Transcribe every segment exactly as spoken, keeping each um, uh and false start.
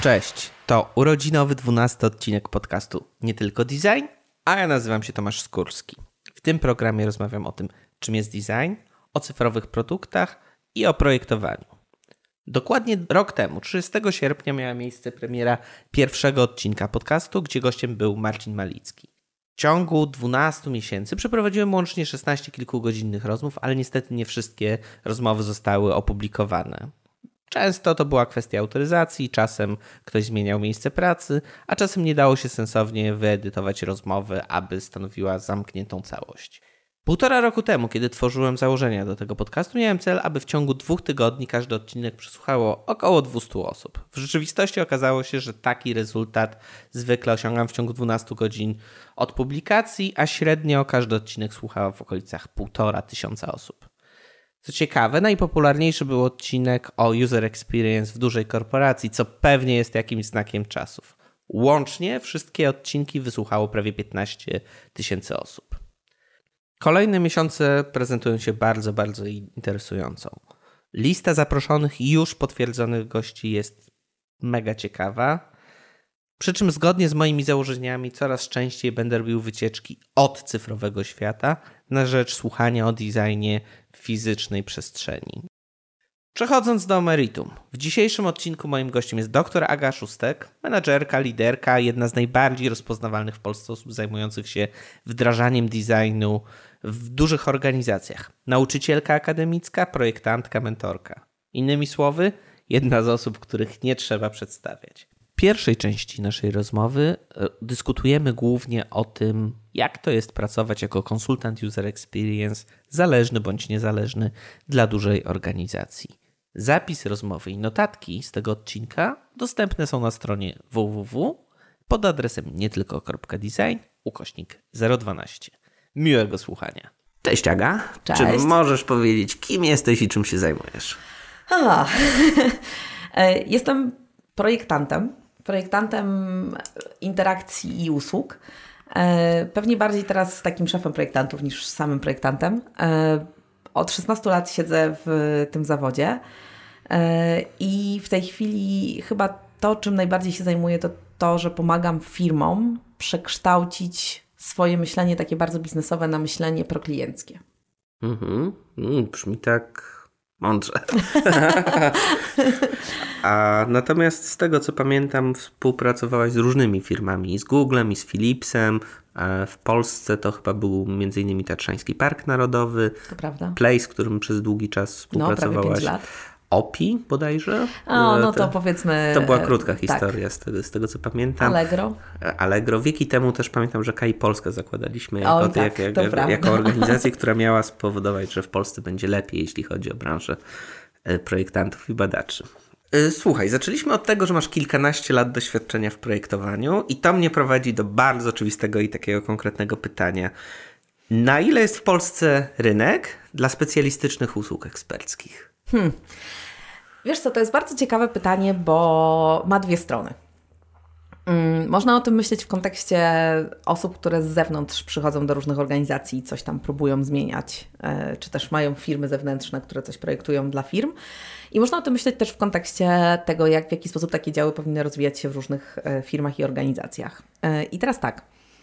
Cześć, to urodzinowy dwunasty odcinek podcastu Nie Tylko Design, a ja nazywam się Tomasz Skórski. W tym programie rozmawiam o tym, czym jest design, o cyfrowych produktach i o projektowaniu. Dokładnie rok temu, trzydziestego sierpnia, miała miejsce premiera pierwszego odcinka podcastu, gdzie gościem był Marcin Malicki. W ciągu dwunastu miesięcy przeprowadziłem łącznie szesnaście kilkugodzinnych rozmów, ale niestety nie wszystkie rozmowy zostały opublikowane. Często to była kwestia autoryzacji, czasem ktoś zmieniał miejsce pracy, a czasem nie dało się sensownie wyedytować rozmowy, aby stanowiła zamkniętą całość. Półtora roku temu, kiedy tworzyłem założenia do tego podcastu, miałem cel, aby w ciągu dwóch tygodni każdy odcinek przesłuchało około dwieście osób. W rzeczywistości okazało się, że taki rezultat zwykle osiągam w ciągu dwunastu godzin od publikacji, a średnio każdy odcinek słuchało w okolicach półtora tysiąca osób. Co ciekawe, najpopularniejszy był odcinek o user experience w dużej korporacji, co pewnie jest jakimś znakiem czasów. Łącznie wszystkie odcinki wysłuchało prawie piętnaście tysięcy osób. Kolejne miesiące prezentują się bardzo, bardzo interesująco. Lista zaproszonych i już potwierdzonych gości jest mega ciekawa. Przy czym zgodnie z moimi założeniami coraz częściej będę robił wycieczki od cyfrowego świata na rzecz słuchania o designie w fizycznej przestrzeni. Przechodząc do meritum. W dzisiejszym odcinku moim gościem jest dr Aga Szóstek, menadżerka, liderka, jedna z najbardziej rozpoznawalnych w Polsce osób zajmujących się wdrażaniem designu w dużych organizacjach. Nauczycielka akademicka, projektantka, mentorka. Innymi słowy, jedna z osób, których nie trzeba przedstawiać. W pierwszej części naszej rozmowy dyskutujemy głównie o tym, jak to jest pracować jako konsultant user experience, zależny bądź niezależny dla dużej organizacji. Zapis rozmowy i notatki z tego odcinka dostępne są na stronie www pod adresem nietylko.design ukośnik zero dwanaście. Miłego słuchania. Cześć Aga. Cześć. Czy możesz powiedzieć, kim jesteś i czym się zajmujesz? A, Jestem projektantem. Projektantem interakcji i usług. Pewnie bardziej teraz takim szefem projektantów niż samym projektantem. Od szesnastu lat siedzę w tym zawodzie i w tej chwili chyba to, czym najbardziej się zajmuję, to to, że pomagam firmom przekształcić swoje myślenie takie bardzo biznesowe na myślenie proklienckie. Mhm. Mm, brzmi tak mądrze. A natomiast z tego, co pamiętam, współpracowałaś z różnymi firmami, z Googlem i z Philipsem. W Polsce to chyba był między innymi Tatrzański Park Narodowy. To prawda. Place, z którym przez długi czas współpracowałaś. No, prawie pięć lat. O P I bodajże? O, no to, to powiedzmy... To była krótka tak. historia z tego, z tego, co pamiętam. Allegro. Allegro. Wieki temu też pamiętam, że K I Polskę zakładaliśmy jako, o, tak, jak, jak, to jako organizację, która miała spowodować, że w Polsce będzie lepiej, jeśli chodzi o branżę projektantów i badaczy. Słuchaj, zaczęliśmy od tego, że masz kilkanaście lat doświadczenia w projektowaniu i to mnie prowadzi do bardzo oczywistego i takiego konkretnego pytania. Na ile jest w Polsce rynek dla specjalistycznych usług eksperckich? Hmm. Wiesz co, to jest bardzo ciekawe pytanie, bo ma dwie strony. Hmm, można o tym myśleć w kontekście osób, które z zewnątrz przychodzą do różnych organizacji i coś tam próbują zmieniać, czy też mają firmy zewnętrzne, które coś projektują dla firm. I można o tym myśleć też w kontekście tego, jak, w jaki sposób takie działy powinny rozwijać się w różnych firmach i organizacjach. I teraz tak.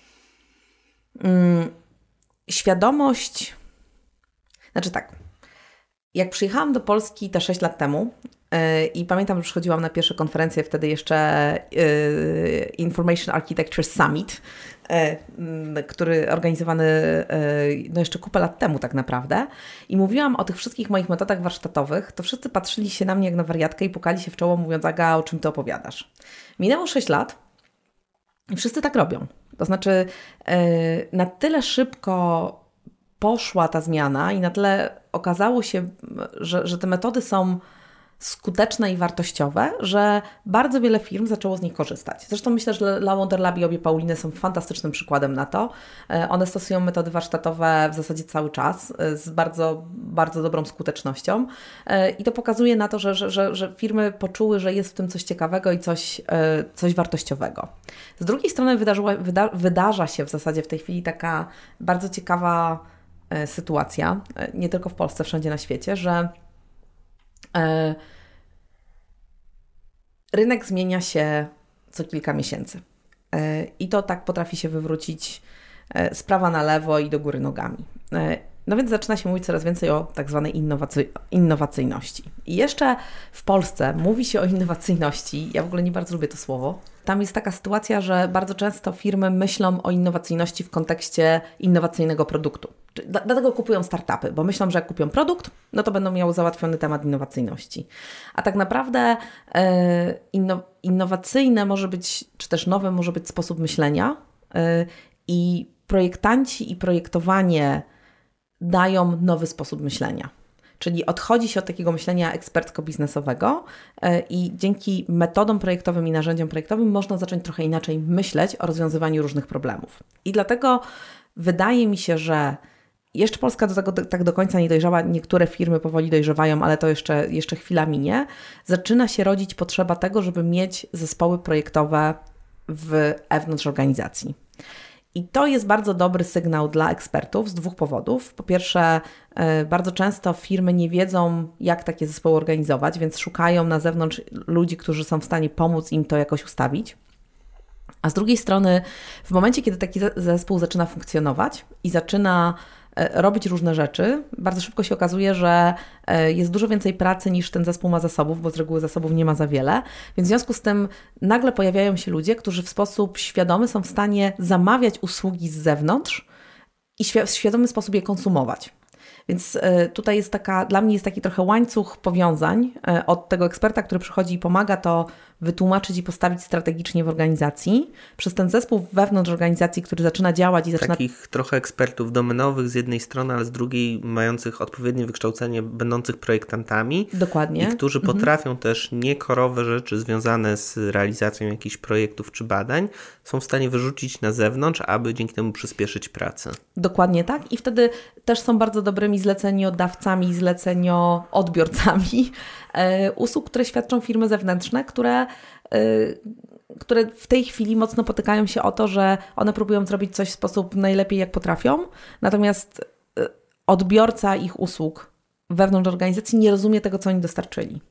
Hmm, świadomość... Znaczy tak. Jak przyjechałam do Polski te sześć lat temu yy, i pamiętam, że przychodziłam na pierwsze konferencje, wtedy jeszcze yy, Information Architecture Summit, yy, który organizowany yy, no jeszcze kupę lat temu tak naprawdę, i mówiłam o tych wszystkich moich metodach warsztatowych, to wszyscy patrzyli się na mnie jak na wariatkę i pukali się w czoło, mówiąc: Aga, o czym ty opowiadasz? Minęło sześć lat i wszyscy tak robią. To znaczy yy, na tyle szybko poszła ta zmiana i na tyle okazało się, że, że te metody są skuteczne i wartościowe, że bardzo wiele firm zaczęło z nich korzystać. Zresztą myślę, że La Wonder Lab i obie Pauliny są fantastycznym przykładem na to. One stosują metody warsztatowe w zasadzie cały czas z bardzo, bardzo dobrą skutecznością i to pokazuje na to, że, że, że, że firmy poczuły, że jest w tym coś ciekawego i coś, coś wartościowego. Z drugiej strony wydarzyła, wyda, wydarza się w zasadzie w tej chwili taka bardzo ciekawa sytuacja, nie tylko w Polsce, wszędzie na świecie, że rynek zmienia się co kilka miesięcy. I to tak potrafi się wywrócić z prawa na lewo i do góry nogami. No więc zaczyna się mówić coraz więcej o tak zwanej innowacy- innowacyjności. I jeszcze w Polsce mówi się o innowacyjności, ja w ogóle nie bardzo lubię to słowo. Tam jest taka sytuacja, że bardzo często firmy myślą o innowacyjności w kontekście innowacyjnego produktu. Dlatego kupują startupy, bo myślą, że jak kupią produkt, no to będą miały załatwiony temat innowacyjności. A tak naprawdę yy, inno, innowacyjne może być, czy też nowe może być sposób myślenia yy, i projektanci i projektowanie dają nowy sposób myślenia. Czyli odchodzi się od takiego myślenia ekspercko-biznesowego i dzięki metodom projektowym i narzędziom projektowym można zacząć trochę inaczej myśleć o rozwiązywaniu różnych problemów. I dlatego wydaje mi się, że jeszcze Polska do tego tak do końca nie dojrzała, niektóre firmy powoli dojrzewają, ale to jeszcze, jeszcze chwila minie. Zaczyna się rodzić potrzeba tego, żeby mieć zespoły projektowe wewnątrz organizacji. I to jest bardzo dobry sygnał dla ekspertów z dwóch powodów. Po pierwsze, bardzo często firmy nie wiedzą, jak takie zespoły organizować, więc szukają na zewnątrz ludzi, którzy są w stanie pomóc im to jakoś ustawić. A z drugiej strony, w momencie, kiedy taki zespół zaczyna funkcjonować i zaczyna robić różne rzeczy, bardzo szybko się okazuje, że jest dużo więcej pracy niż ten zespół ma zasobów, bo z reguły zasobów nie ma za wiele, więc w związku z tym nagle pojawiają się ludzie, którzy w sposób świadomy są w stanie zamawiać usługi z zewnątrz i w świadomy sposób je konsumować. Więc tutaj jest taka, dla mnie jest taki trochę łańcuch powiązań od tego eksperta, który przychodzi i pomaga to wytłumaczyć i postawić strategicznie w organizacji, przez ten zespół wewnątrz organizacji, który zaczyna działać i zaczyna... Takich trochę ekspertów domenowych z jednej strony, ale z drugiej mających odpowiednie wykształcenie, będących projektantami. Dokładnie. I którzy mhm. potrafią też niekorowe rzeczy związane z realizacją jakichś projektów czy badań, są w stanie wyrzucić na zewnątrz, aby dzięki temu przyspieszyć pracę. Dokładnie tak. I wtedy też są bardzo dobrymi zleceniodawcami, zlecenioodbiorcami e, usług, które świadczą firmy zewnętrzne, które które w tej chwili mocno potykają się o to, że one próbują zrobić coś w sposób najlepiej jak potrafią, natomiast odbiorca ich usług wewnątrz organizacji nie rozumie tego, co oni dostarczyli.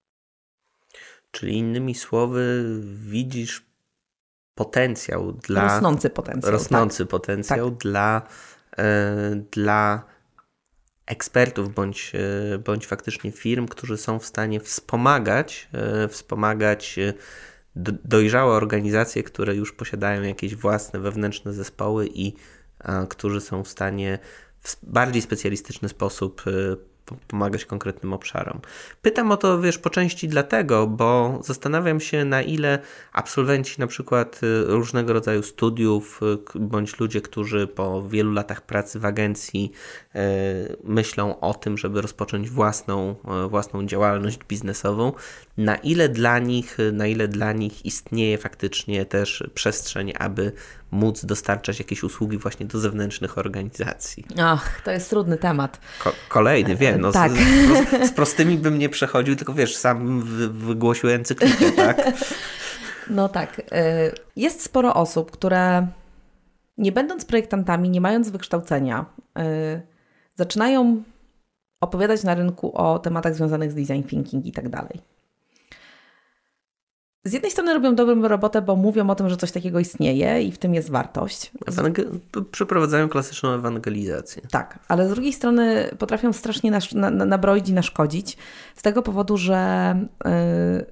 Czyli innymi słowy widzisz potencjał dla... Rosnący potencjał. Rosnący tak. potencjał tak. dla, y, dla ekspertów bądź, bądź faktycznie firm, którzy są w stanie wspomagać, wspomagać dojrzałe organizacje, które już posiadają jakieś własne wewnętrzne zespoły i a, którzy są w stanie w bardziej specjalistyczny sposób pomagać konkretnym obszarom. Pytam o to, wiesz, po części dlatego, bo zastanawiam się, na ile absolwenci na przykład różnego rodzaju studiów, bądź ludzie, którzy po wielu latach pracy w agencji yy, myślą o tym, żeby rozpocząć własną, yy, własną działalność biznesową, na ile dla nich, na ile dla nich istnieje faktycznie też przestrzeń, aby móc dostarczać jakieś usługi właśnie do zewnętrznych organizacji. Ach, to jest trudny temat. Ko- kolejny, wiem. No, tak. z, z prostymi bym nie przechodził, tylko wiesz, sam wy, wygłosił encyklikę, tak? No tak. Jest sporo osób, które nie będąc projektantami, nie mając wykształcenia, zaczynają opowiadać na rynku o tematach związanych z design thinking i tak dalej. Z jednej strony robią dobrą robotę, bo mówią o tym, że coś takiego istnieje i w tym jest wartość. Ewangel- przeprowadzają klasyczną ewangelizację. Tak, ale z drugiej strony potrafią strasznie nasz- na- na- nabroić i naszkodzić z tego powodu, że yy,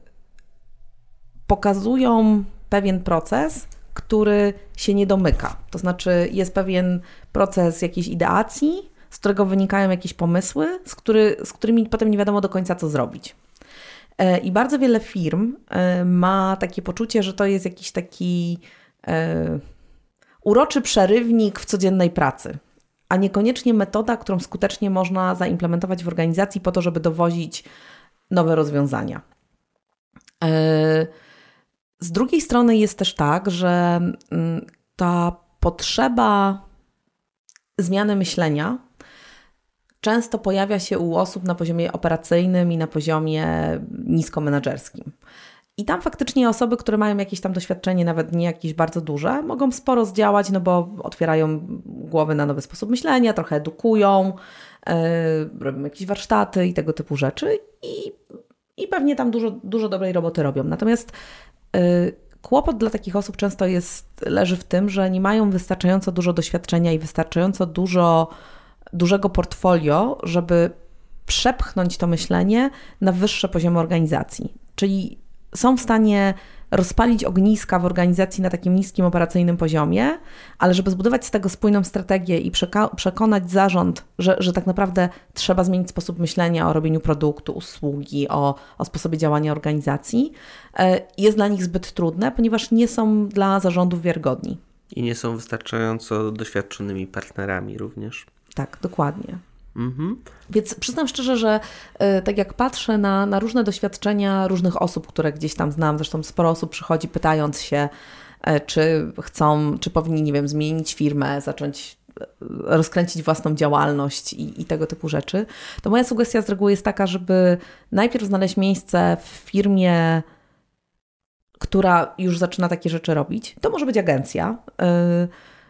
pokazują pewien proces, który się nie domyka. To znaczy jest pewien proces jakiejś ideacji, z którego wynikają jakieś pomysły, z, który, z którymi potem nie wiadomo do końca, co zrobić. I bardzo wiele firm ma takie poczucie, że to jest jakiś taki e, uroczy przerywnik w codziennej pracy, a niekoniecznie metoda, którą skutecznie można zaimplementować w organizacji po to, żeby dowozić nowe rozwiązania. E, z drugiej strony jest też tak, że ta potrzeba zmiany myślenia często pojawia się u osób na poziomie operacyjnym i na poziomie niskomenedżerskim. I tam faktycznie osoby, które mają jakieś tam doświadczenie, nawet nie jakieś bardzo duże, mogą sporo zdziałać, no bo otwierają głowy na nowy sposób myślenia, trochę edukują, yy, robią jakieś warsztaty i tego typu rzeczy i i pewnie tam dużo, dużo dobrej roboty robią. Natomiast yy, kłopot dla takich osób często jest, leży w tym, że nie mają wystarczająco dużo doświadczenia i wystarczająco dużo, dużego portfolio, żeby przepchnąć to myślenie na wyższe poziomy organizacji. Czyli są w stanie rozpalić ogniska w organizacji na takim niskim operacyjnym poziomie, ale żeby zbudować z tego spójną strategię i przeka- przekonać zarząd, że, że tak naprawdę trzeba zmienić sposób myślenia o robieniu produktu, usługi, o, o sposobie działania organizacji, jest dla nich zbyt trudne, ponieważ nie są dla zarządów wiarygodni. I nie są wystarczająco doświadczonymi partnerami również. Tak, dokładnie. Mhm. Więc przyznam szczerze, że y, tak jak patrzę na, na różne doświadczenia różnych osób, które gdzieś tam znam, zresztą sporo osób przychodzi pytając się, y, czy chcą, czy powinni, nie wiem, zmienić firmę, zacząć y, rozkręcić własną działalność i, i tego typu rzeczy, to moja sugestia z reguły jest taka, żeby najpierw znaleźć miejsce w firmie, która już zaczyna takie rzeczy robić. To może być agencja, y,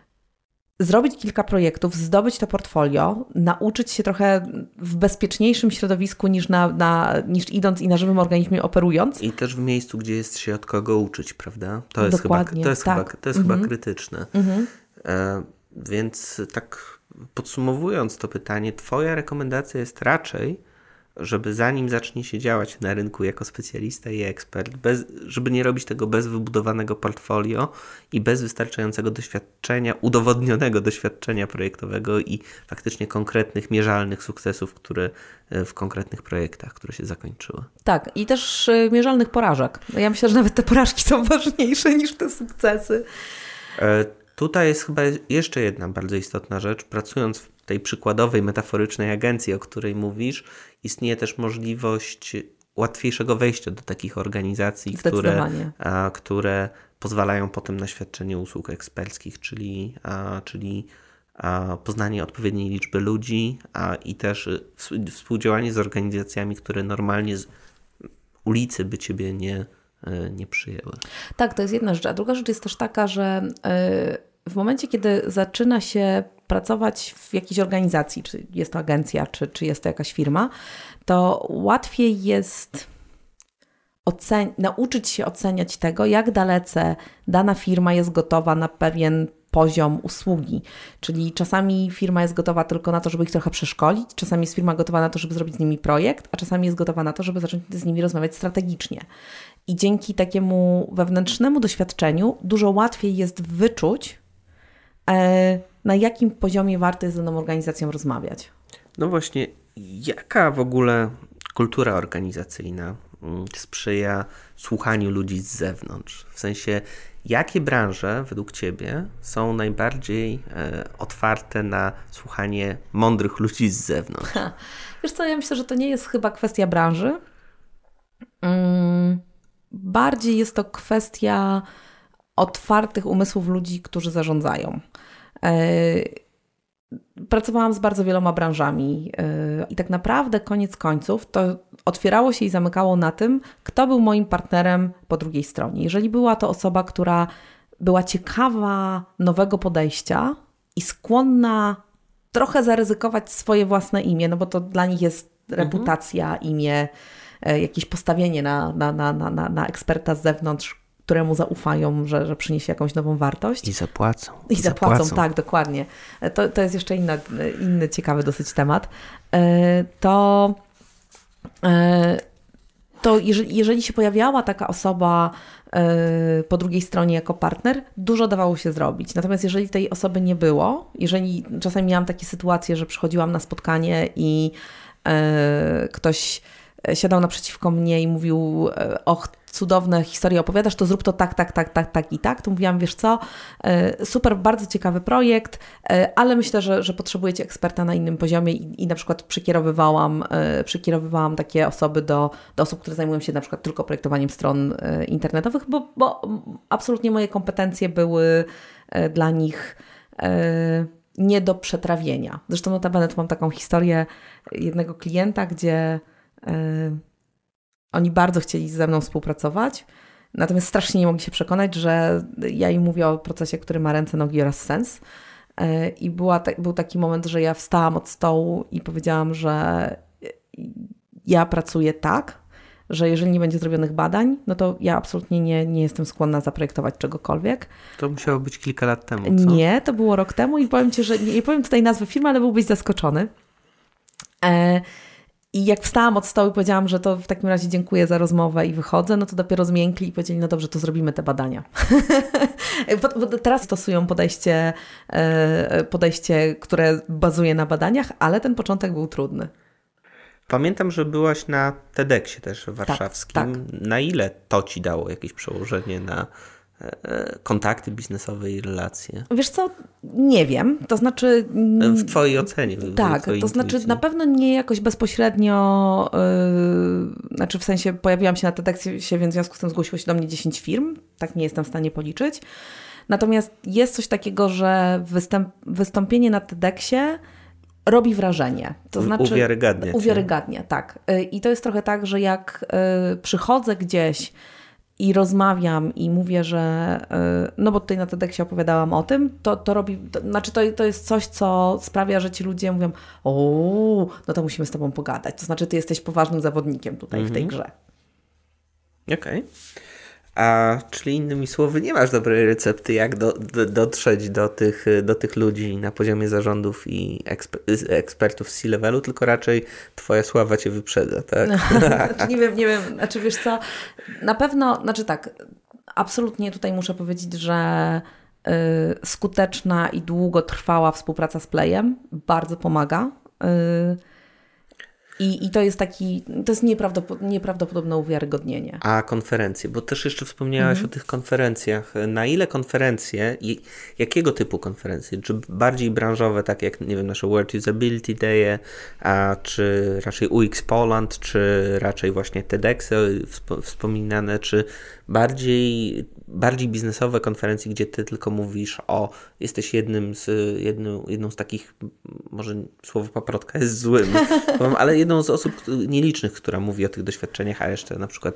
zrobić kilka projektów, zdobyć to portfolio, nauczyć się trochę w bezpieczniejszym środowisku niż, na, na, niż idąc i na żywym organizmie operując. I też w miejscu, gdzie jest się od kogo uczyć, prawda? To jest Dokładnie, chyba, to jest tak. chyba, to jest mhm. chyba krytyczne. Mhm. E, więc tak podsumowując to pytanie, twoja rekomendacja jest raczej, żeby zanim zacznie się działać na rynku jako specjalista i ekspert, bez, żeby nie robić tego bez wybudowanego portfolio i bez wystarczającego doświadczenia, udowodnionego doświadczenia projektowego i faktycznie konkretnych, mierzalnych sukcesów, które w konkretnych projektach, które się zakończyły. Tak, i też mierzalnych porażek. Ja myślę, że nawet te porażki są ważniejsze niż te sukcesy. E, tutaj jest chyba jeszcze jedna bardzo istotna rzecz. Pracując w tej przykładowej, metaforycznej agencji, o której mówisz, istnieje też możliwość łatwiejszego wejścia do takich organizacji, które, a, które pozwalają potem na świadczenie usług eksperckich, czyli, a, czyli a, poznanie odpowiedniej liczby ludzi a, i też współdziałanie z organizacjami, które normalnie z ulicy by ciebie nie, nie przyjęły. Tak, to jest jedna rzecz. A druga rzecz jest też taka, że w momencie, kiedy zaczyna się pracować w jakiejś organizacji, czy jest to agencja, czy, czy jest to jakaś firma, to łatwiej jest ocen- nauczyć się oceniać tego, jak dalece dana firma jest gotowa na pewien poziom usługi. Czyli czasami firma jest gotowa tylko na to, żeby ich trochę przeszkolić, czasami jest firma gotowa na to, żeby zrobić z nimi projekt, a czasami jest gotowa na to, żeby zacząć z nimi rozmawiać strategicznie. I dzięki takiemu wewnętrznemu doświadczeniu dużo łatwiej jest wyczuć, e, na jakim poziomie warto jest z daną organizacją rozmawiać. No właśnie, jaka w ogóle kultura organizacyjna sprzyja słuchaniu ludzi z zewnątrz? W sensie, jakie branże według Ciebie są najbardziej e, otwarte na słuchanie mądrych ludzi z zewnątrz? Ha, wiesz co, ja myślę, że to nie jest chyba kwestia branży. Hmm, bardziej jest to kwestia otwartych umysłów ludzi, którzy zarządzają. Pracowałam z bardzo wieloma branżami i tak naprawdę koniec końców to otwierało się i zamykało na tym, kto był moim partnerem po drugiej stronie. Jeżeli była to osoba, która była ciekawa nowego podejścia i skłonna trochę zaryzykować swoje własne imię, no bo to dla nich jest reputacja, mhm. imię, jakieś postawienie na, na, na, na, na eksperta z zewnątrz, któremu zaufają, że, że przyniesie jakąś nową wartość. I zapłacą. I zapłacą, zapłacą. Tak, dokładnie. To, to jest jeszcze inna, inny ciekawy dosyć temat. To, to jeżeli, jeżeli się pojawiała taka osoba po drugiej stronie jako partner, dużo dawało się zrobić. Natomiast jeżeli tej osoby nie było, jeżeli czasami miałam takie sytuacje, że przychodziłam na spotkanie i ktoś siadał naprzeciwko mnie i mówił: och, cudowne historie opowiadasz, to zrób to tak, tak, tak, tak, tak i tak. To mówiłam: wiesz co, super, bardzo ciekawy projekt, ale myślę, że, że potrzebujecie eksperta na innym poziomie i, i na przykład przekierowywałam, przekierowywałam takie osoby do, do osób, które zajmują się na przykład tylko projektowaniem stron internetowych, bo, bo absolutnie moje kompetencje były dla nich nie do przetrawienia. Zresztą notabene tu mam taką historię jednego klienta, gdzie Yy, oni bardzo chcieli ze mną współpracować, natomiast strasznie nie mogli się przekonać, że ja im mówię o procesie, który ma ręce, nogi oraz sens. Yy, I była ta, był taki moment, że ja wstałam od stołu i powiedziałam, że ja pracuję tak, że jeżeli nie będzie zrobionych badań, no to ja absolutnie nie, nie jestem skłonna zaprojektować czegokolwiek. To musiało być kilka lat temu, co? Nie, to było rok temu i powiem Ci, że nie, nie powiem tutaj nazwy firmy, ale byłbyś zaskoczony. E, I jak wstałam od stołu i powiedziałam, że to w takim razie dziękuję za rozmowę i wychodzę, no to dopiero zmiękli i powiedzieli, no dobrze, to zrobimy te badania. Bo teraz stosują podejście, podejście, które bazuje na badaniach, ale ten początek był trudny. Pamiętam, że byłaś na TEDxie też warszawskim. Tak, tak. Na ile to Ci dało jakieś przełożenie na kontakty biznesowe i relacje? Wiesz co, nie wiem, to znaczy... W Twojej ocenie. Tak, twojej to znaczy intuicji. na pewno nie jakoś bezpośrednio, yy, znaczy w sensie pojawiłam się na TEDxie, więc w związku z tym zgłosiło się do mnie dziesięć firm, tak nie jestem w stanie policzyć. Natomiast jest coś takiego, że występ, wystąpienie na TEDxie robi wrażenie. To znaczy, uwiarygadnia. Uwiarygadnia, tak. I to jest trochę tak, że jak yy, przychodzę gdzieś i rozmawiam i mówię, że no bo tutaj na TEDxie opowiadałam o tym, to, to robi, to, znaczy to, to jest coś, co sprawia, że ci ludzie mówią, o, no to musimy z tobą pogadać. To znaczy ty jesteś poważnym zawodnikiem tutaj mhm. w tej grze. Okej. Okay. A czyli innymi słowy nie masz dobrej recepty, jak do, do, dotrzeć do tych, do tych ludzi na poziomie zarządów i eksper, ekspertów z C-levelu, tylko raczej twoja sława cię wyprzedza, tak? Znaczy, nie wiem, nie wiem, znaczy wiesz co, na pewno, znaczy tak, absolutnie tutaj muszę powiedzieć, że y, skuteczna i długotrwała współpraca z Playem bardzo pomaga. Y, I, I to jest taki, to jest nieprawdopod- nieprawdopodobne uwiarygodnienie. A konferencje, bo też jeszcze wspomniałaś mhm. o tych konferencjach. Na ile konferencje, i jakiego typu konferencje? Czy bardziej branżowe, tak jak, nie wiem, nasze World Usability Day, a czy raczej U X Poland, czy raczej właśnie TEDxy wspominane, czy bardziej, bardziej biznesowe konferencje, gdzie ty tylko mówisz o, jesteś jednym z, jedną, jedną z takich, może słowo paprotka jest złym, ale jedną z osób nielicznych, która mówi o tych doświadczeniach, a jeszcze na przykład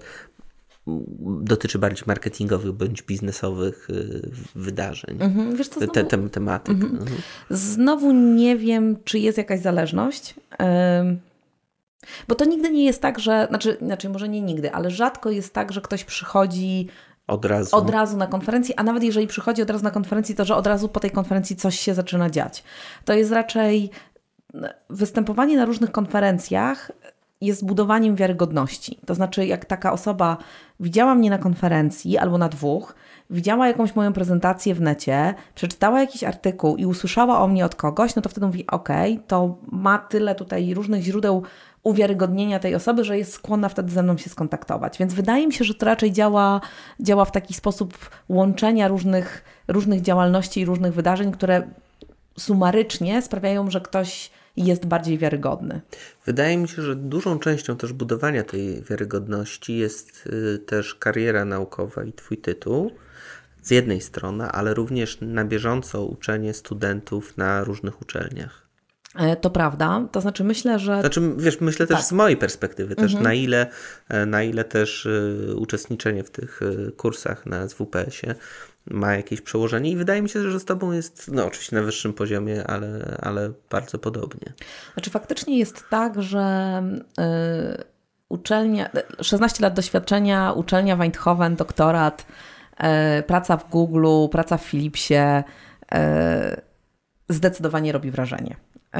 dotyczy bardziej marketingowych bądź biznesowych wydarzeń, mhm, wiesz co, znowu... te, te, tematyk. Mhm. Mhm. Znowu nie wiem, czy jest jakaś zależność, Ym... bo to nigdy nie jest tak, że, znaczy, znaczy może nie nigdy, ale rzadko jest tak, że ktoś przychodzi Od razu. Od razu na konferencji, a nawet jeżeli przychodzi od razu na konferencji, to że od razu po tej konferencji coś się zaczyna dziać. To jest raczej występowanie na różnych konferencjach jest budowaniem wiarygodności. To znaczy, jak taka osoba widziała mnie na konferencji albo na dwóch, widziała jakąś moją prezentację w necie, przeczytała jakiś artykuł i usłyszała o mnie od kogoś, no to wtedy mówi, okej, okay, to ma tyle tutaj różnych źródeł uwiarygodnienia tej osoby, że jest skłonna wtedy ze mną się skontaktować. Więc wydaje mi się, że to raczej działa, działa w taki sposób łączenia różnych, różnych działalności i różnych wydarzeń, które sumarycznie sprawiają, że ktoś jest bardziej wiarygodny. Wydaje mi się, że dużą częścią też budowania tej wiarygodności jest y, też kariera naukowa i twój tytuł z jednej strony, ale również na bieżąco uczenie studentów na różnych uczelniach. To prawda, to znaczy myślę, że... Znaczy, wiesz, myślę też tak. z mojej perspektywy, też mhm. na ile, na ile też y, uczestniczenie w tych y, kursach na S W P S ie ma jakieś przełożenie i wydaje mi się, że z tobą jest, no oczywiście na wyższym poziomie, ale, ale bardzo podobnie. Znaczy faktycznie jest tak, że y, uczelnia, szesnaście lat doświadczenia, uczelnia w Eindhoven, doktorat, y, praca w Google, praca w Philipsie y, zdecydowanie robi wrażenie.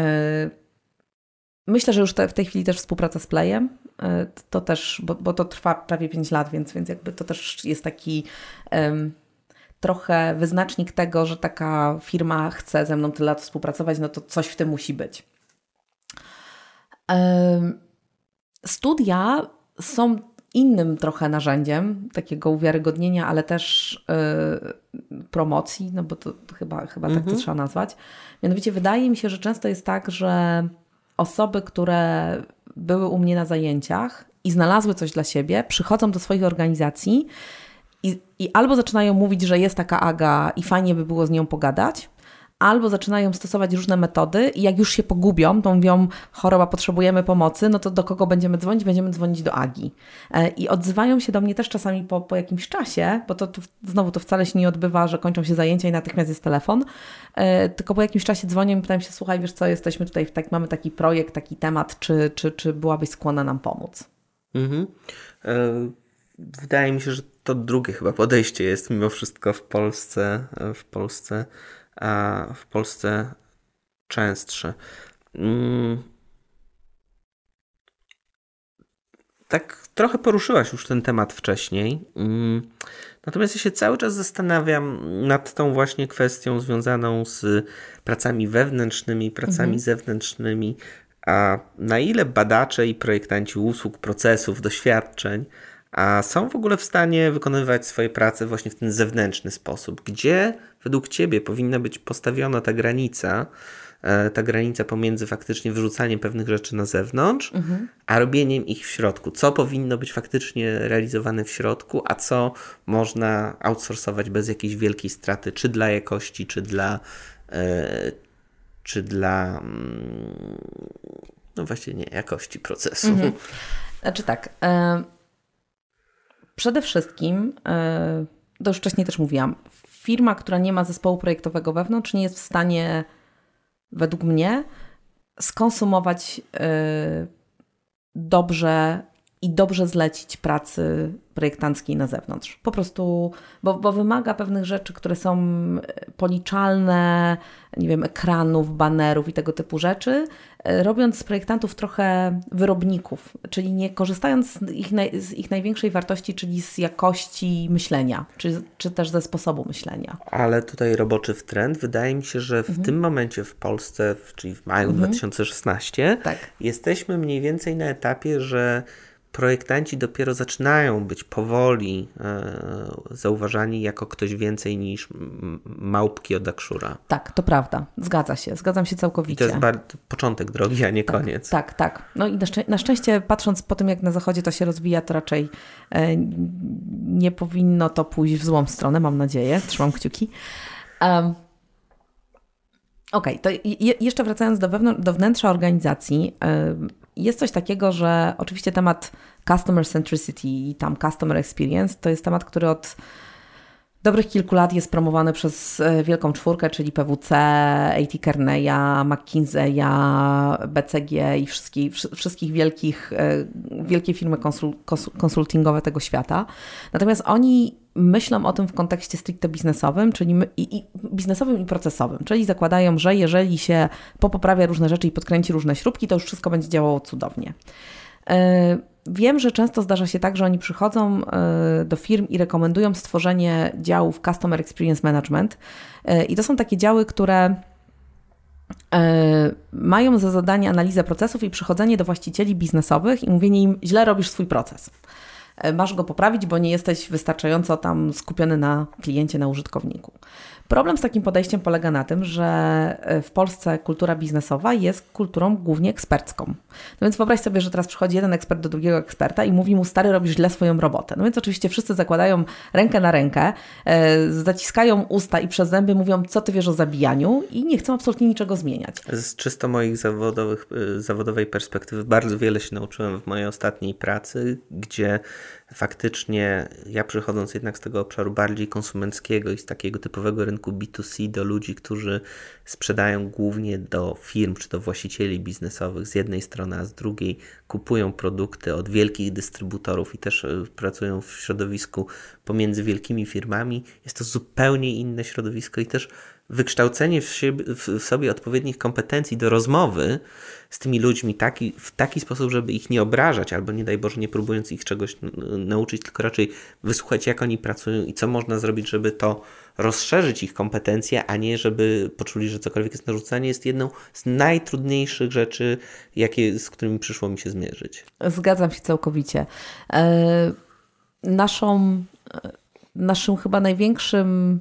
Myślę, że już te, w tej chwili też współpraca z Playem, to też, bo, bo to trwa prawie pięć lat, więc, więc jakby to też jest taki um, trochę wyznacznik tego, że taka firma chce ze mną tyle lat współpracować, no to coś w tym musi być. Um, studia są innym trochę narzędziem takiego uwiarygodnienia, ale też yy, promocji, no bo to chyba, chyba mhm. tak to trzeba nazwać. Mianowicie wydaje mi się, że często jest tak, że osoby, które były u mnie na zajęciach i znalazły coś dla siebie, przychodzą do swoich organizacji i, i albo zaczynają mówić, że jest taka Aga i fajnie by było z nią pogadać, albo zaczynają stosować różne metody i jak już się pogubią, to mówią, choroba, potrzebujemy pomocy, no to do kogo będziemy dzwonić? Będziemy dzwonić do Agi. I odzywają się do mnie też czasami po, po jakimś czasie, bo to tu, znowu to wcale się nie odbywa, że kończą się zajęcia i natychmiast jest telefon, tylko po jakimś czasie dzwonią i pytają się, słuchaj, wiesz co, jesteśmy tutaj, tak, mamy taki projekt, taki temat, czy, czy, czy byłabyś skłonna nam pomóc? Mhm. Wydaje mi się, że to drugie chyba podejście jest mimo wszystko w Polsce, w Polsce, a w Polsce częstsze. Tak trochę poruszyłaś już ten temat wcześniej. Natomiast ja się cały czas zastanawiam nad tą właśnie kwestią związaną z pracami wewnętrznymi, pracami mhm. zewnętrznymi, a na ile badacze i projektanci usług, procesów, doświadczeń a są w ogóle w stanie wykonywać swoje prace właśnie w ten zewnętrzny sposób. Gdzie według Ciebie powinna być postawiona ta granica, ta granica pomiędzy faktycznie wyrzucaniem pewnych rzeczy na zewnątrz, mhm. a robieniem ich w środku. Co powinno być faktycznie realizowane w środku, a co można outsourcować bez jakiejś wielkiej straty, czy dla jakości, czy dla e, czy dla no właśnie nie, jakości procesu. Mhm. Znaczy tak, e, przede wszystkim, e, to już wcześniej też mówiłam, firma, która nie ma zespołu projektowego wewnątrz, nie jest w stanie według mnie skonsumować y, dobrze i dobrze zlecić pracy projektanckiej na zewnątrz. Po prostu, bo, bo wymaga pewnych rzeczy, które są policzalne, nie wiem, ekranów, banerów i tego typu rzeczy, robiąc z projektantów trochę wyrobników, czyli nie korzystając z ich, naj, z ich największej wartości, czyli z jakości myślenia, czy, czy też ze sposobu myślenia. Ale tutaj roboczy w trend. Wydaje mi się, że w mhm. tym momencie w Polsce, czyli w maju mhm. dwa tysiące szesnastego, tak. jesteśmy mniej więcej na etapie, że projektanci dopiero zaczynają być powoli e, zauważani jako ktoś więcej niż m- małpki od Akshura. Tak, to prawda. Zgadza się. Zgadzam się całkowicie. I to jest bardzo początek drogi, a nie tak, koniec. Tak, tak. No i na, szczę- na szczęście patrząc po tym, jak na zachodzie to się rozwija, to raczej e, nie powinno to pójść w złą stronę, mam nadzieję. Trzymam kciuki. Um, Okej, okay, to je- jeszcze wracając do, wewnątrz, do wnętrza organizacji, y- jest coś takiego, że oczywiście temat customer centricity i tam customer experience to jest temat, który od dobrych kilku lat jest promowany przez Wielką Czwórkę, czyli P W C, A T Kearneya, McKinsey'a, B C G i wszystkich, wszystkich wielkich, wielkie firmy konsul, konsultingowe tego świata. Natomiast oni myślą o tym w kontekście stricte biznesowym, czyli my, i, i biznesowym i procesowym, czyli zakładają, że jeżeli się popoprawia różne rzeczy i podkręci różne śrubki, to już wszystko będzie działało cudownie. Wiem, że często zdarza się tak, że oni przychodzą do firm i rekomendują stworzenie działów Customer Experience Management i to są takie działy, które mają za zadanie analizę procesów i przychodzenie do właścicieli biznesowych i mówienie im, źle robisz swój proces. Masz go poprawić, bo nie jesteś wystarczająco tam skupiony na kliencie, na użytkowniku. Problem z takim podejściem polega na tym, że w Polsce kultura biznesowa jest kulturą głównie ekspercką. No więc wyobraź sobie, że teraz przychodzi jeden ekspert do drugiego eksperta i mówi mu, stary, robisz źle swoją robotę. No więc oczywiście wszyscy zakładają rękę na rękę, e, zaciskają usta i przez zęby mówią, co ty wiesz o zabijaniu i nie chcą absolutnie niczego zmieniać. Z czysto moich zawodowych, zawodowej perspektywy bardzo wiele się nauczyłem w mojej ostatniej pracy, gdzie faktycznie ja przychodząc jednak z tego obszaru bardziej konsumenckiego i z takiego typowego rynku B dwa C do ludzi, którzy sprzedają głównie do firm czy do właścicieli biznesowych z jednej strony, a z drugiej kupują produkty od wielkich dystrybutorów i też pracują w środowisku pomiędzy wielkimi firmami, jest to zupełnie inne środowisko i też wykształcenie w, siebie, w sobie odpowiednich kompetencji do rozmowy z tymi ludźmi taki, w taki sposób, żeby ich nie obrażać, albo nie daj Boże, nie próbując ich czegoś nauczyć, tylko raczej wysłuchać, jak oni pracują i co można zrobić, żeby to rozszerzyć ich kompetencje, a nie żeby poczuli, że cokolwiek jest narzucanie, jest jedną z najtrudniejszych rzeczy, jakie, z którymi przyszło mi się zmierzyć. Zgadzam się całkowicie. E, naszą, naszym chyba największym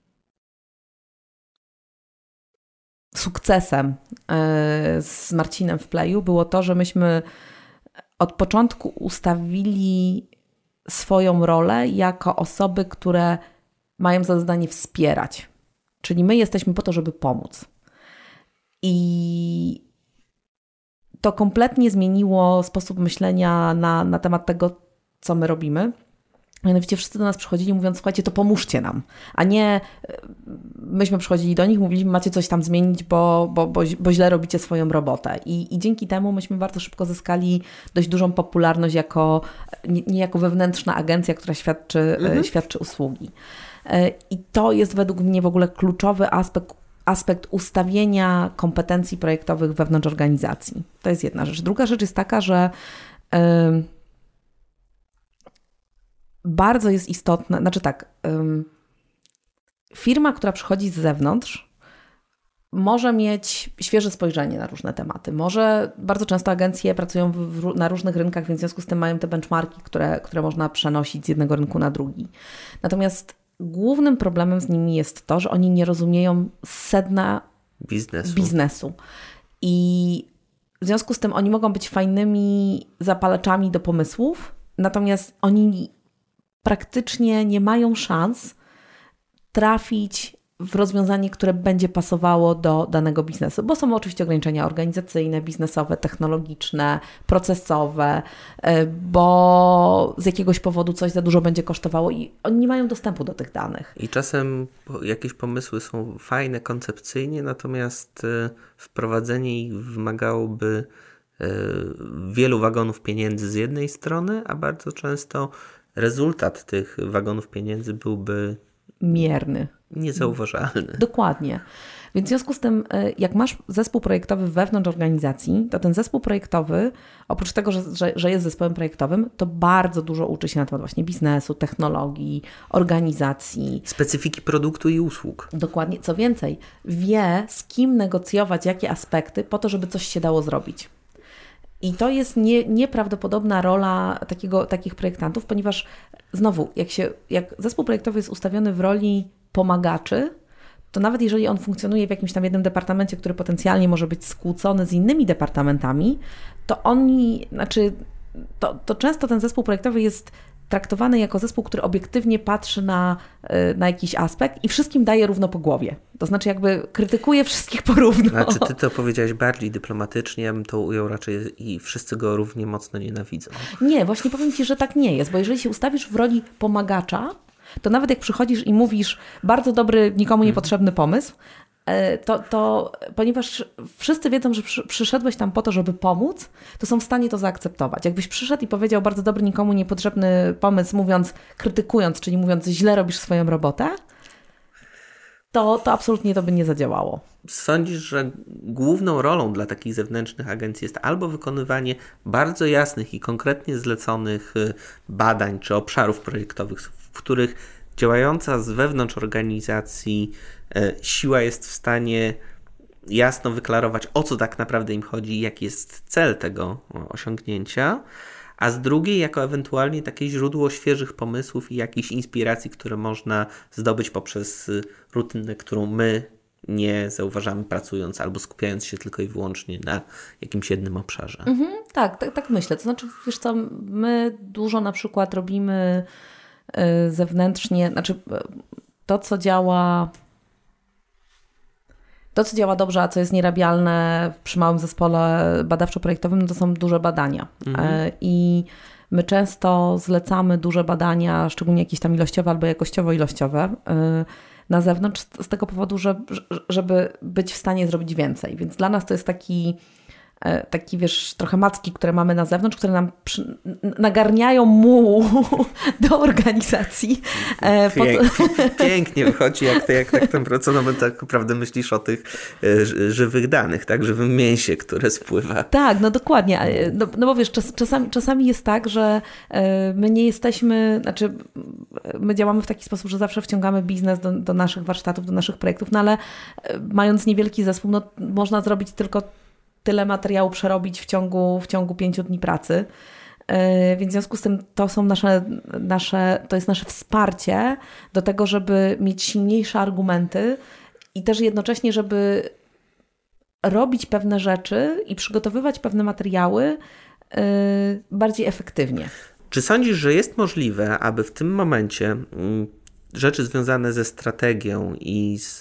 sukcesem z Marcinem w Playu było to, że myśmy od początku ustawili swoją rolę jako osoby, które mają za zadanie wspierać. Czyli my jesteśmy po to, żeby pomóc. I to kompletnie zmieniło sposób myślenia na, na temat tego, co my robimy. Mianowicie wszyscy do nas przychodzili mówiąc, słuchajcie, to pomóżcie nam, a nie myśmy przychodzili do nich, mówiliśmy, macie coś tam zmienić, bo, bo, bo, bo źle robicie swoją robotę. I, I dzięki temu myśmy bardzo szybko zyskali dość dużą popularność jako, nie, nie jako wewnętrzna agencja, która świadczy, mhm. świadczy usługi. I to jest według mnie w ogóle kluczowy aspekt, aspekt ustawienia kompetencji projektowych wewnątrz organizacji. To jest jedna rzecz. Druga rzecz jest taka, że yy, bardzo jest istotne, znaczy tak, yy, firma, która przychodzi z zewnątrz, może mieć świeże spojrzenie na różne tematy. Może bardzo często agencje pracują w, w, na różnych rynkach, więc w związku z tym mają te benchmarki, które, które można przenosić z jednego rynku na drugi. Natomiast głównym problemem z nimi jest to, że oni nie rozumieją sedna biznesu. biznesu. I w związku z tym oni mogą być fajnymi zapalaczami do pomysłów, natomiast oni praktycznie nie mają szans trafić w rozwiązanie, które będzie pasowało do danego biznesu, bo są oczywiście ograniczenia organizacyjne, biznesowe, technologiczne, procesowe, bo z jakiegoś powodu coś za dużo będzie kosztowało i oni nie mają dostępu do tych danych. I czasem jakieś pomysły są fajne koncepcyjnie, natomiast wprowadzenie ich wymagałoby wielu wagonów pieniędzy z jednej strony, a bardzo często rezultat tych wagonów pieniędzy byłby mierny. Niezauważalny. Dokładnie. Więc w związku z tym, jak masz zespół projektowy wewnątrz organizacji, to ten zespół projektowy, oprócz tego, że, że, że jest zespołem projektowym, to bardzo dużo uczy się na temat właśnie biznesu, technologii, organizacji. Specyfiki produktu i usług. Dokładnie. Co więcej, wie, z kim negocjować jakie aspekty po to, żeby coś się dało zrobić. I to jest nie, nieprawdopodobna rola takiego, takich projektantów, ponieważ znowu, jak, się, jak zespół projektowy jest ustawiony w roli pomagaczy, to nawet jeżeli on funkcjonuje w jakimś tam jednym departamencie, który potencjalnie może być skłócony z innymi departamentami, to oni, znaczy, to, to często ten zespół projektowy jest traktowany jako zespół, który obiektywnie patrzy na, na jakiś aspekt i wszystkim daje równo po głowie. To znaczy jakby krytykuje wszystkich porówno. Znaczy ty to powiedziałeś bardziej dyplomatycznie, ja bym to ujął raczej i wszyscy go równie mocno nienawidzą. Nie, właśnie powiem Ci, że tak nie jest, bo jeżeli się ustawisz w roli pomagacza, to nawet jak przychodzisz i mówisz bardzo dobry, nikomu niepotrzebny pomysł, to, to ponieważ wszyscy wiedzą, że przy, przyszedłeś tam po to, żeby pomóc, to są w stanie to zaakceptować. Jakbyś przyszedł i powiedział bardzo dobry, nikomu niepotrzebny pomysł, mówiąc, krytykując, czyli mówiąc, źle robisz swoją robotę, to, to absolutnie to by nie zadziałało. Sądzisz, że główną rolą dla takich zewnętrznych agencji jest albo wykonywanie bardzo jasnych i konkretnie zleconych badań czy obszarów projektowych, w których działająca z wewnątrz organizacji siła jest w stanie jasno wyklarować, o co tak naprawdę im chodzi i jaki jest cel tego osiągnięcia, a z drugiej jako ewentualnie takie źródło świeżych pomysłów i jakichś inspiracji, które można zdobyć poprzez rutynę, którą my nie zauważamy pracując albo skupiając się tylko i wyłącznie na jakimś jednym obszarze. Mhm, tak, tak, tak myślę. To znaczy, wiesz co, my dużo na przykład robimy zewnętrznie, znaczy to, co działa to, co działa dobrze, a co jest nierabialne przy małym zespole badawczo-projektowym, no to są duże badania. Mhm. I my często zlecamy duże badania, szczególnie jakieś tam ilościowe albo jakościowo-ilościowe na zewnątrz z tego powodu, że, żeby być w stanie zrobić więcej. Więc dla nas to jest taki taki, wiesz, trochę macki, które mamy na zewnątrz, które nam przy, nagarniają mułu do organizacji. Pięk, pięknie wychodzi, jak, te, jak tak, ten, co no, tak naprawdę myślisz o tych żywych danych, tak, żywym mięsie, które spływa. Tak, no dokładnie. No, no bo wiesz, czas, czasami, czasami jest tak, że my nie jesteśmy, znaczy my działamy w taki sposób, że zawsze wciągamy biznes do, do naszych warsztatów, do naszych projektów, no ale mając niewielki zespół, no można zrobić tylko tyle materiału przerobić w ciągu, w ciągu pięciu dni pracy. Yy, więc w związku z tym to są nasze, nasze, to jest nasze wsparcie do tego, żeby mieć silniejsze argumenty i też jednocześnie, żeby robić pewne rzeczy i przygotowywać pewne materiały yy, bardziej efektywnie. Czy sądzisz, że jest możliwe, aby w tym momencie rzeczy związane ze strategią i z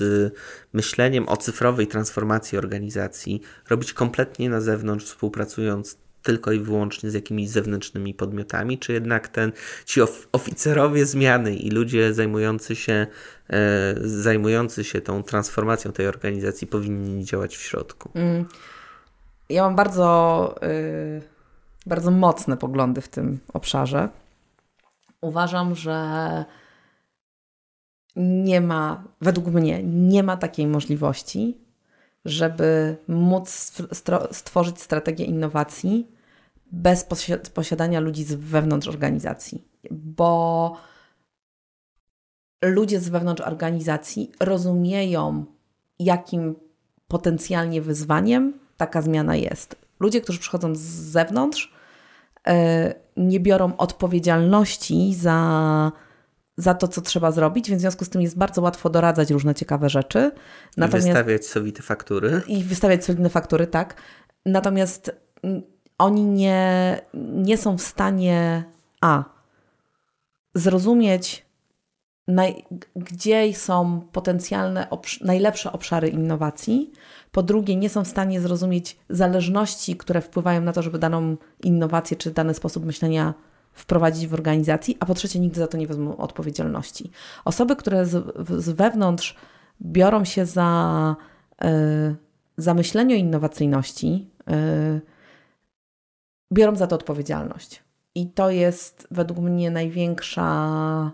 myśleniem o cyfrowej transformacji organizacji robić kompletnie na zewnątrz, współpracując tylko i wyłącznie z jakimiś zewnętrznymi podmiotami, czy jednak ten, ci of, oficerowie zmiany i ludzie zajmujący się, e, zajmujący się tą transformacją tej organizacji powinni działać w środku? Mm. Ja mam bardzo, yy, bardzo mocne poglądy w tym obszarze. Uważam, że nie ma, według mnie, nie ma takiej możliwości, żeby móc stworzyć strategię innowacji bez posiadania ludzi z wewnątrz organizacji. Bo ludzie z wewnątrz organizacji rozumieją, jakim potencjalnie wyzwaniem taka zmiana jest. Ludzie, którzy przychodzą z zewnątrz, nie biorą odpowiedzialności za, za to, co trzeba zrobić, więc w związku z tym jest bardzo łatwo doradzać różne ciekawe rzeczy. Natomiast, I wystawiać solidne faktury. I wystawiać solidne faktury, tak. Natomiast oni nie, nie są w stanie a. zrozumieć, naj, gdzie są potencjalne, obsz- najlepsze obszary innowacji. Po drugie, nie są w stanie zrozumieć zależności, które wpływają na to, żeby daną innowację czy dany sposób myślenia wprowadzić w organizacji, a po trzecie, nigdy za to nie wezmą odpowiedzialności. Osoby, które z, z wewnątrz biorą się za, y, za myślenie o innowacyjności, y, biorą za to odpowiedzialność. I to jest według mnie największa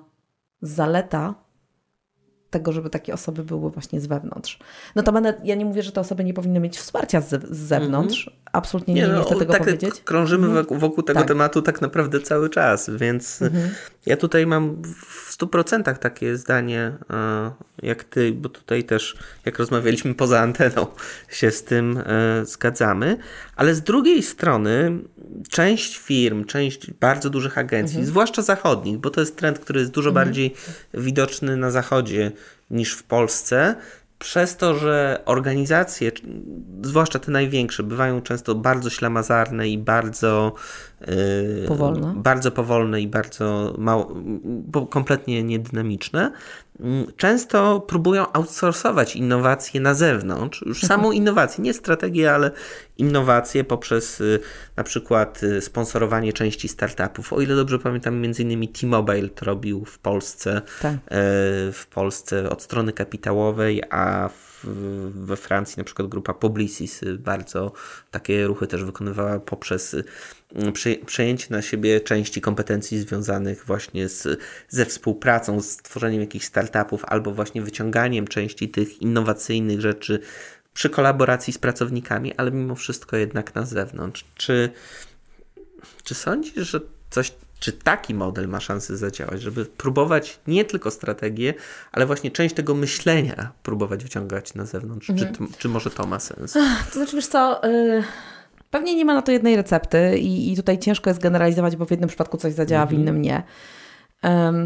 zaleta tego, żeby takie osoby były właśnie z wewnątrz. Notabene ja nie mówię, że te osoby nie powinny mieć wsparcia z, z zewnątrz. Mm-hmm. Absolutnie nie, nie, no, chcę tego tak powiedzieć. Krążymy mm-hmm. wokół, wokół tego tak. tematu tak naprawdę cały czas, więc mm-hmm. ja tutaj mam w stu procentach takie zdanie jak ty, bo tutaj też jak rozmawialiśmy poza anteną się z tym e, zgadzamy, ale z drugiej strony część firm, część bardzo dużych agencji, mm-hmm. zwłaszcza zachodnich, bo to jest trend, który jest dużo mm-hmm. bardziej widoczny na zachodzie niż w Polsce, przez to, że organizacje, zwłaszcza te największe, bywają często bardzo ślamazarne i bardzo yy, powolne. bardzo powolne i bardzo mało, kompletnie niedynamiczne, często próbują outsourcować innowacje na zewnątrz, już samą innowację, nie strategię, ale innowacje poprzez na przykład sponsorowanie części startupów. O ile dobrze pamiętam, między innymi T-Mobile to robił w Polsce, tak. w Polsce od strony kapitałowej, a w, we Francji na przykład grupa Publicis bardzo takie ruchy też wykonywała poprzez przejęcie na siebie części kompetencji związanych właśnie z, ze współpracą, z tworzeniem jakichś startupów albo właśnie wyciąganiem części tych innowacyjnych rzeczy przy kolaboracji z pracownikami, ale mimo wszystko jednak na zewnątrz. Czy, czy sądzisz, że coś, czy taki model ma szansę zadziałać, żeby próbować nie tylko strategię, ale właśnie część tego myślenia próbować wyciągać na zewnątrz? Mhm. Czy, to, czy może to ma sens? To znaczy, wiesz co... Y- Pewnie nie ma na to jednej recepty i, i tutaj ciężko jest generalizować, bo w jednym przypadku coś zadziała, mm-hmm. w innym nie. Um,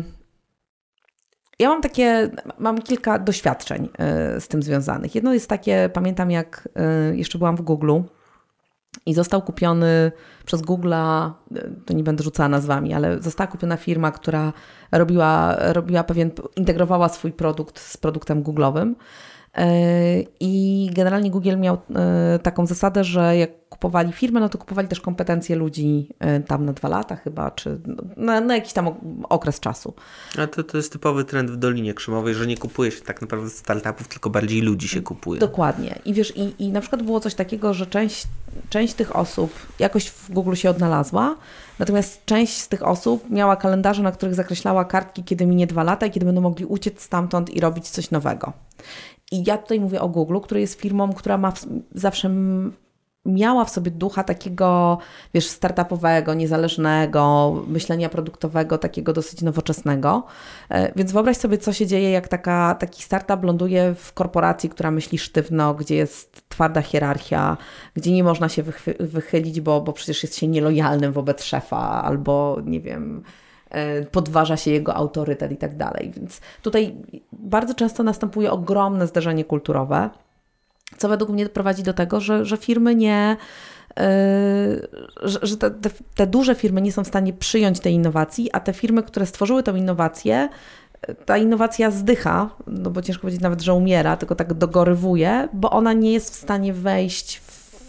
ja mam takie, mam kilka doświadczeń y, z tym związanych. Jedno jest takie, pamiętam jak y, jeszcze byłam w Google'u i został kupiony przez Google'a, to nie będę rzucała nazwami, ale została kupiona firma, która robiła, robiła pewien, integrowała swój produkt z produktem Google'owym. I generalnie Google miał taką zasadę, że jak kupowali firmę, no to kupowali też kompetencje ludzi tam na dwa lata chyba, czy na, na jakiś tam okres czasu. A to, to jest typowy trend w Dolinie Krzemowej, że nie kupuje się tak naprawdę startupów, tylko bardziej ludzi się kupuje. Dokładnie. I wiesz, i, i na przykład było coś takiego, że część, część tych osób jakoś w Google się odnalazła, natomiast część z tych osób miała kalendarze, na których zakreślała kartki, kiedy minie dwa lata i kiedy będą mogli uciec stamtąd i robić coś nowego. I ja tutaj mówię o Google, który jest firmą, która ma w, zawsze m, miała w sobie ducha takiego, wiesz, startupowego, niezależnego, myślenia produktowego, takiego dosyć nowoczesnego. E, więc wyobraź sobie, co się dzieje, jak taka, taki startup ląduje w korporacji, która myśli sztywno, gdzie jest twarda hierarchia, gdzie nie można się wychy- wychylić, bo, bo przecież jest się nielojalnym wobec szefa albo, nie wiem... podważa się jego autorytet i tak dalej. Więc tutaj bardzo często następuje ogromne zderzenie kulturowe, co według mnie prowadzi do tego, że, że firmy nie, yy, że, że te, te, te duże firmy nie są w stanie przyjąć tej innowacji, a te firmy, które stworzyły tą innowację, ta innowacja zdycha, no bo ciężko powiedzieć nawet, że umiera, tylko tak dogorywuje, bo ona nie jest w stanie wejść w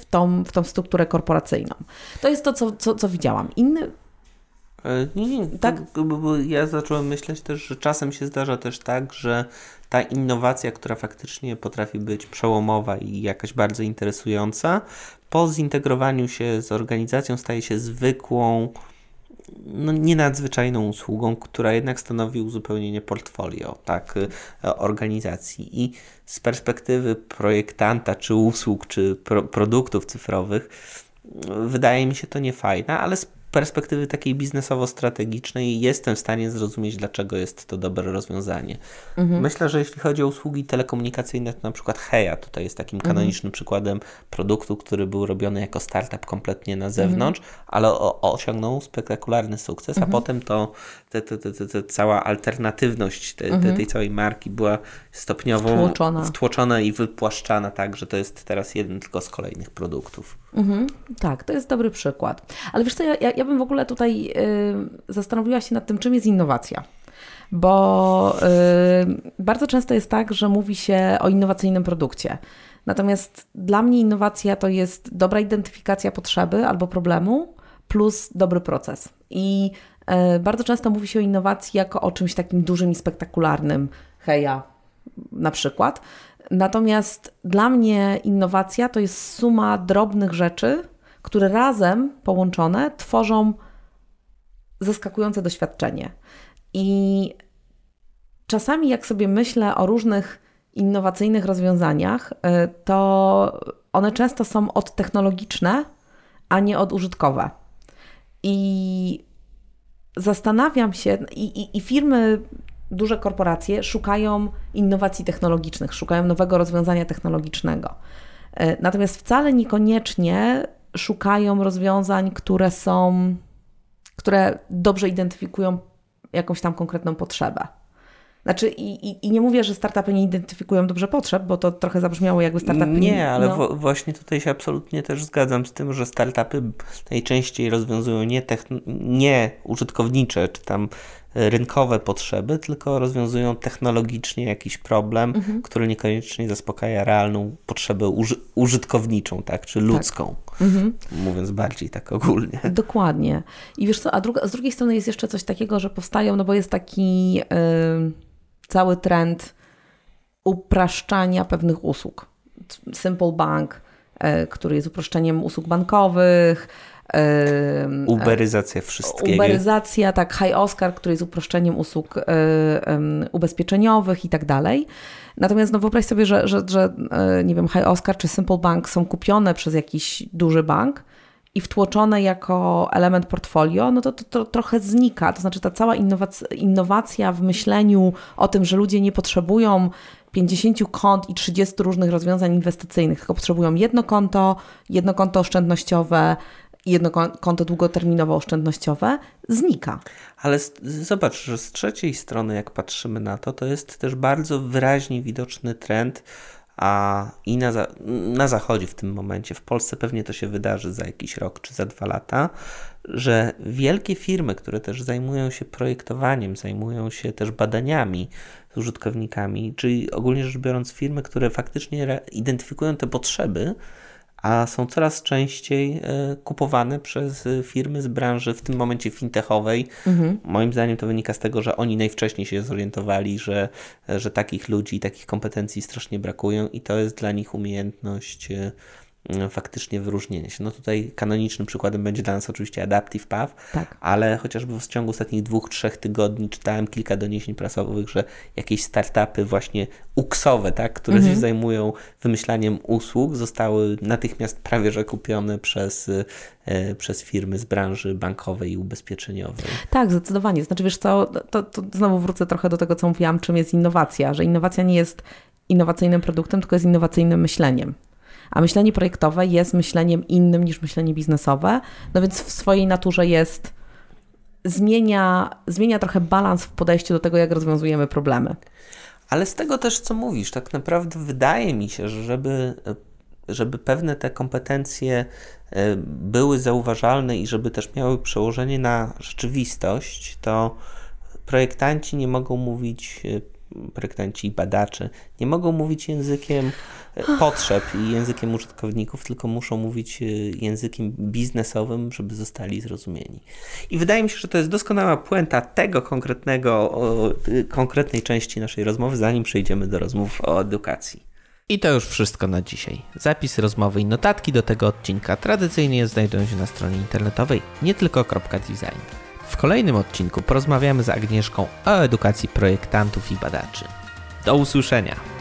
tą, w tą strukturę korporacyjną. To jest to, co, co, co widziałam. Inny... Nie, nie, tak? Bo ja zacząłem myśleć też, że czasem się zdarza też tak, że ta innowacja, która faktycznie potrafi być przełomowa i jakaś bardzo interesująca, po zintegrowaniu się z organizacją staje się zwykłą, no nie nadzwyczajną usługą, która jednak stanowi uzupełnienie portfolio, tak, organizacji. I z perspektywy projektanta, czy usług, czy pro, produktów cyfrowych, wydaje mi się to niefajne, ale z perspektywy takiej biznesowo-strategicznej jestem w stanie zrozumieć, dlaczego jest to dobre rozwiązanie. Mhm. Myślę, że jeśli chodzi o usługi telekomunikacyjne, to na przykład Heja tutaj jest takim kanonicznym mhm. przykładem produktu, który był robiony jako startup kompletnie na zewnątrz, mhm. ale o, o, osiągnął spektakularny sukces, mhm. a potem to te, te, te, te, te cała alternatywność te, mhm. te, tej całej marki była stopniowo wtłoczona. wtłoczona i wypłaszczana tak, że to jest teraz jeden tylko z kolejnych produktów. Mhm. Tak, to jest dobry przykład. Ale wiesz co, ja, ja bym w ogóle tutaj yy, zastanowiła się nad tym, czym jest innowacja. Bo yy, bardzo często jest tak, że mówi się o innowacyjnym produkcie. Natomiast dla mnie innowacja to jest dobra identyfikacja potrzeby albo problemu plus dobry proces. I yy, bardzo często mówi się o innowacji jako o czymś takim dużym i spektakularnym. Heja na przykład. Natomiast dla mnie innowacja to jest suma drobnych rzeczy, które razem połączone tworzą zaskakujące doświadczenie. I czasami jak sobie myślę o różnych innowacyjnych rozwiązaniach, to one często są odtechnologiczne, a nie odużytkowe. I zastanawiam się, i, i, i firmy, duże korporacje szukają innowacji technologicznych, szukają nowego rozwiązania technologicznego. Natomiast wcale niekoniecznie szukają rozwiązań, które są, które dobrze identyfikują jakąś tam konkretną potrzebę. Znaczy i, i, i nie mówię, że startupy nie identyfikują dobrze potrzeb, bo to trochę zabrzmiało jakby startupy... Nie, ale no. w, właśnie tutaj się absolutnie też zgadzam z tym, że startupy najczęściej rozwiązują nie, techn- nie użytkownicze, czy tam rynkowe potrzeby, tylko rozwiązują technologicznie jakiś problem, mhm. który niekoniecznie zaspokaja realną potrzebę uży- użytkowniczą, tak, czy ludzką, tak. mhm. mówiąc bardziej tak ogólnie. Dokładnie. I wiesz co, a druga, z drugiej strony jest jeszcze coś takiego, że powstają, no bo jest taki yy, cały trend upraszczania pewnych usług. Simple Bank, yy, który jest uproszczeniem usług bankowych, Uberyzacja wszystkiego. Uberyzacja, tak, High Oscar, który jest uproszczeniem usług y, y, ubezpieczeniowych i tak dalej. Natomiast no wyobraź sobie, że, że, że y, nie wiem, High Oscar czy Simple Bank są kupione przez jakiś duży bank i wtłoczone jako element portfolio, no to, to, to trochę znika. To znaczy ta cała innowacja, innowacja w myśleniu o tym, że ludzie nie potrzebują pięćdziesięciu kont i trzydziestu różnych rozwiązań inwestycyjnych, tylko potrzebują jedno konto, jedno konto oszczędnościowe, jedno konto długoterminowo-oszczędnościowe, znika. Ale z, zobacz, że z trzeciej strony, jak patrzymy na to, to jest też bardzo wyraźnie widoczny trend, a i na, za, na zachodzie w tym momencie, w Polsce pewnie to się wydarzy za jakiś rok czy za dwa lata, że wielkie firmy, które też zajmują się projektowaniem, zajmują się też badaniami z użytkownikami, czyli ogólnie rzecz biorąc firmy, które faktycznie identyfikują te potrzeby, a są coraz częściej kupowane przez firmy z branży w tym momencie fintechowej. Mhm. Moim zdaniem to wynika z tego, że oni najwcześniej się zorientowali, że, że takich ludzi, takich kompetencji strasznie brakują i to jest dla nich umiejętność faktycznie wyróżnienia się. No tutaj kanonicznym przykładem będzie dla nas oczywiście Adaptive Path, tak. ale chociażby w ciągu ostatnich dwóch, trzech tygodni czytałem kilka doniesień prasowych, że jakieś startupy właśnie uksowe, tak, które mhm. się zajmują wymyślaniem usług, zostały natychmiast prawie że kupione przez, e, przez firmy z branży bankowej i ubezpieczeniowej. Tak, zdecydowanie. Znaczy wiesz co, to, to znowu wrócę trochę do tego, co mówiłam, czym jest innowacja, że innowacja nie jest innowacyjnym produktem, tylko jest innowacyjnym myśleniem. A myślenie projektowe jest myśleniem innym niż myślenie biznesowe, no więc w swojej naturze jest, zmienia, zmienia trochę balans w podejściu do tego, jak rozwiązujemy problemy. Ale z tego też, co mówisz, tak naprawdę wydaje mi się, że żeby, żeby pewne te kompetencje były zauważalne i żeby też miały przełożenie na rzeczywistość, to projektanci nie mogą mówić projektanci i badacze nie mogą mówić językiem potrzeb i językiem użytkowników, tylko muszą mówić językiem biznesowym, żeby zostali zrozumieni. I wydaje mi się, że to jest doskonała puenta tego konkretnego, konkretnej części naszej rozmowy, zanim przejdziemy do rozmów o edukacji. I to już wszystko na dzisiaj. Zapis rozmowy i notatki do tego odcinka tradycyjnie znajdują się na stronie internetowej nietylko.design. W kolejnym odcinku porozmawiamy z Agnieszką o edukacji projektantów i badaczy. Do usłyszenia!